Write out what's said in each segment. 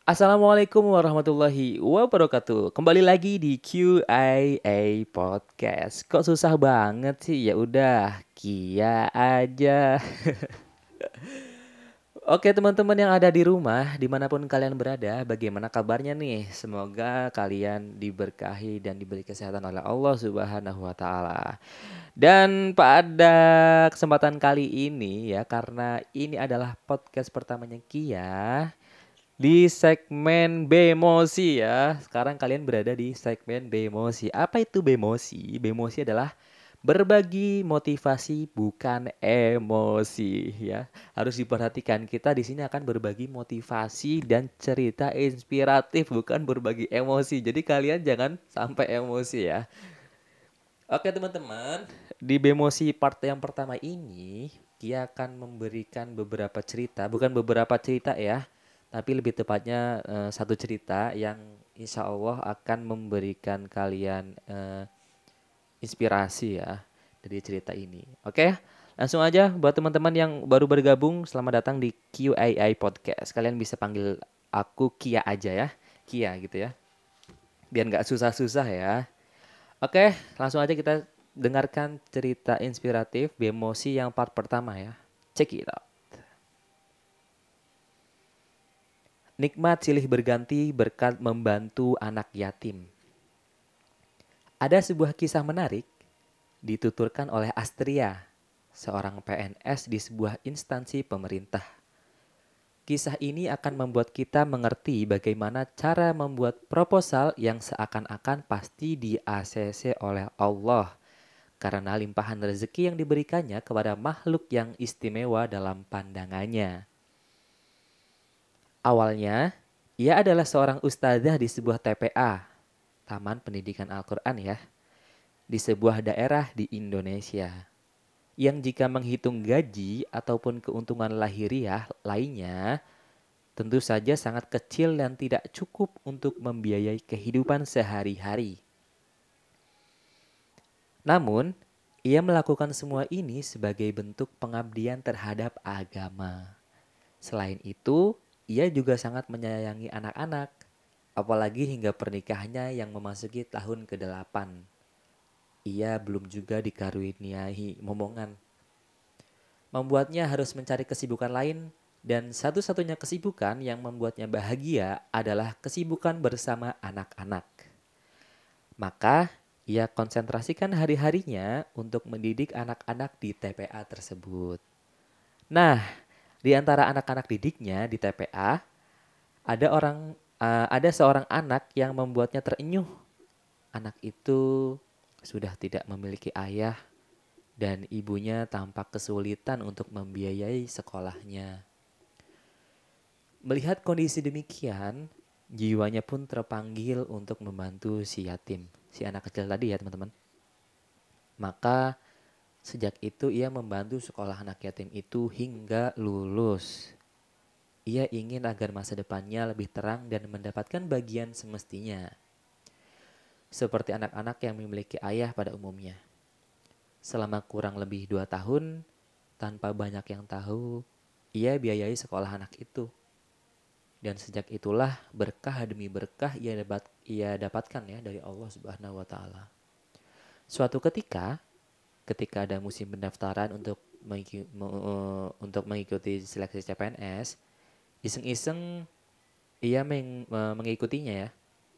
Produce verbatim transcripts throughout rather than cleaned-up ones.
Assalamualaikum warahmatullahi wabarakatuh. Kembali lagi di Q A A Podcast. Kok susah banget sih? Ya udah, Kia aja. Oke teman-teman yang ada di rumah, dimanapun kalian berada, bagaimana kabarnya nih? Semoga kalian diberkahi dan diberi kesehatan oleh Allah Subhanahu wa Ta'ala. Dan pada kesempatan kali ini ya, karena ini adalah podcast pertamanya Kia, di segmen Bemosi ya. Sekarang kalian berada di segmen Bemosi. Apa itu Bemosi? Bemosi adalah berbagi motivasi bukan emosi ya. Harus diperhatikan kita di sini akan berbagi motivasi dan cerita inspiratif bukan berbagi emosi. Jadi kalian jangan sampai emosi ya. Oke teman-teman, di Bemosi part yang pertama ini Kia akan memberikan beberapa cerita, bukan beberapa cerita ya, tapi lebih tepatnya eh, satu cerita yang insya Allah akan memberikan kalian eh, inspirasi ya dari cerita ini. Oke, langsung aja buat teman-teman yang baru bergabung, selamat datang di Q A I Podcast. Kalian bisa panggil aku Kia aja ya, Kia gitu ya, biar nggak susah-susah ya. Oke, langsung aja kita dengarkan cerita inspiratif Bemosi yang part pertama ya. Check it out. Nikmat silih berganti berkat membantu anak yatim. Ada sebuah kisah menarik dituturkan oleh Astria, seorang P N S di sebuah instansi pemerintah. Kisah ini akan membuat kita mengerti bagaimana cara membuat proposal yang seakan-akan pasti di-A C C oleh Allah karena limpahan rezeki yang diberikannya kepada makhluk yang istimewa dalam pandangannya. Awalnya, ia adalah seorang ustazah di sebuah T P A, Taman Pendidikan Al-Quran ya, di sebuah daerah di Indonesia. Yang jika menghitung gaji ataupun keuntungan lahiriah lainnya, tentu saja sangat kecil dan tidak cukup untuk membiayai kehidupan sehari-hari. Namun, ia melakukan semua ini sebagai bentuk pengabdian terhadap agama. Selain itu, ia juga sangat menyayangi anak-anak, apalagi hingga pernikahannya yang memasuki tahun kedelapan. Ia belum juga dikaruniai momongan. Membuatnya harus mencari kesibukan lain dan satu-satunya kesibukan yang membuatnya bahagia adalah kesibukan bersama anak-anak. Maka ia konsentrasikan hari-harinya untuk mendidik anak-anak di T P A tersebut. Nah, di antara anak-anak didiknya di T P A, ada orang uh, ada seorang anak yang membuatnya terenyuh. Anak itu sudah tidak memiliki ayah dan ibunya tampak kesulitan untuk membiayai sekolahnya. Melihat kondisi demikian, jiwanya pun terpanggil untuk membantu si yatim, si anak kecil tadi ya teman-teman. Maka sejak itu ia membantu sekolah anak yatim itu hingga lulus. Ia ingin agar masa depannya lebih terang dan mendapatkan bagian semestinya. Seperti anak-anak yang memiliki ayah pada umumnya. Selama kurang lebih dua tahun, tanpa banyak yang tahu, ia biayai sekolah anak itu. Dan sejak itulah berkah demi berkah ia dapat ia dapatkan ya dari Allah Subhanahu wa taala. Suatu ketika, ketika ada musim pendaftaran untuk mengikuti, untuk mengikuti seleksi C P N S, iseng-iseng ia meng, mengikutinya ya.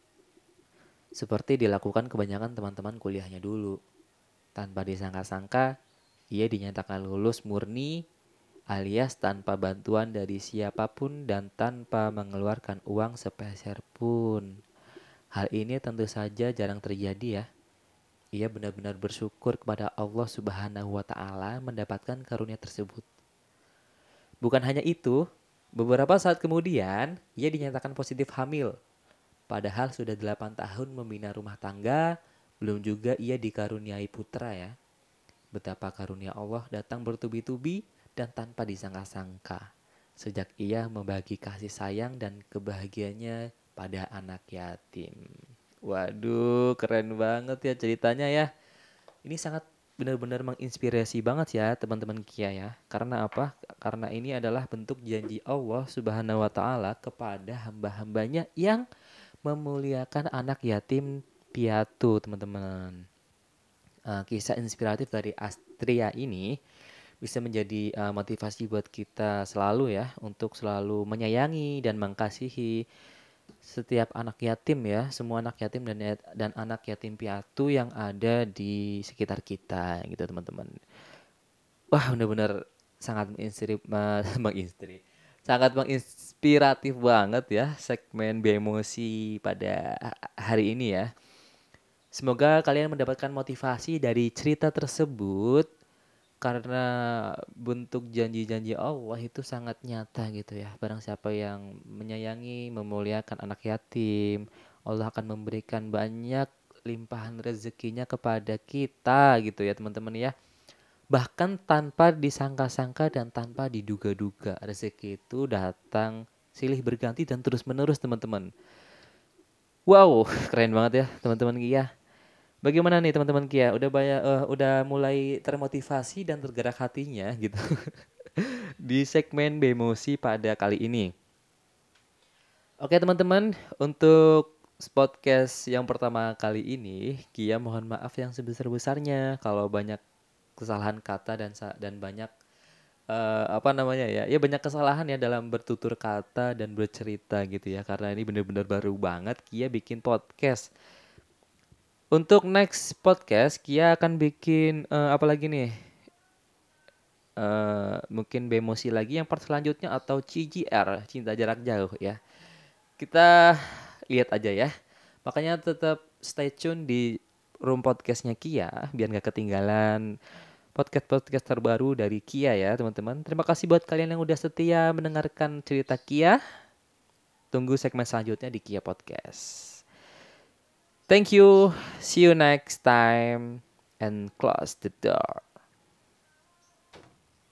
Seperti dilakukan kebanyakan teman-teman kuliahnya dulu. Tanpa disangka-sangka, ia dinyatakan lulus murni alias tanpa bantuan dari siapapun dan tanpa mengeluarkan uang sepeser pun. Hal ini tentu saja jarang terjadi ya. Ia benar-benar bersyukur kepada Allah Subhanahu wa taala mendapatkan karunia tersebut. Bukan hanya itu, beberapa saat kemudian ia dinyatakan positif hamil. Padahal sudah delapan tahun membina rumah tangga, belum juga ia dikaruniai putra ya. Betapa karunia Allah datang bertubi-tubi dan tanpa disangka-sangka. Sejak ia membagi kasih sayang dan kebahagiaannya pada anak yatim. Waduh, keren banget ya ceritanya ya. Ini sangat benar-benar menginspirasi banget ya teman-teman Kia ya. Karena apa? Karena ini adalah bentuk janji Allah Subhanahu wa taala kepada hamba-hambanya yang memuliakan anak yatim piatu, teman-teman. Eh, kisah inspiratif dari Astria ini bisa menjadi eh, motivasi buat kita selalu ya untuk selalu menyayangi dan mengasihi setiap anak yatim ya, semua anak yatim dan ya- dan anak yatim piatu yang ada di sekitar kita gitu teman-teman. Wah benar-benar sangat menginspiri, menginspiri, sangat menginspiratif banget ya segmen Bemosi pada hari ini ya. Semoga kalian mendapatkan motivasi dari cerita tersebut karena bentuk janji-janji Allah itu sangat nyata gitu ya. Barang siapa yang menyayangi, memuliakan anak yatim, Allah akan memberikan banyak limpahan rezekinya kepada kita gitu ya teman-teman ya. Bahkan tanpa disangka-sangka dan tanpa diduga-duga rezeki itu datang silih berganti dan terus-menerus teman-teman. Wow, keren banget ya teman-teman Kia. Bagaimana nih teman-teman Kia? Udah banyak, eh, udah mulai termotivasi dan tergerak hatinya gitu di segmen Bemosi pada kali ini. Oke teman-teman, untuk podcast yang pertama kali ini, Kia mohon maaf yang sebesar-besarnya kalau banyak kesalahan kata dan sa- dan banyak eh, apa namanya ya, ya banyak kesalahan ya dalam bertutur kata dan bercerita gitu ya. Karena ini benar-benar baru banget Kia bikin podcast. Untuk next podcast, Kia akan bikin eh, apa lagi nih? Eh, mungkin Bemosi lagi yang part selanjutnya atau C G R, Cinta Jarak Jauh ya. Kita lihat aja ya. Makanya tetap stay tune di room podcastnya Kia biar nggak ketinggalan podcast-podcast terbaru dari Kia ya teman-teman. Terima kasih buat kalian yang udah setia mendengarkan cerita Kia. Tunggu segmen selanjutnya di Kia Podcast. Thank you. See you next time and close the door.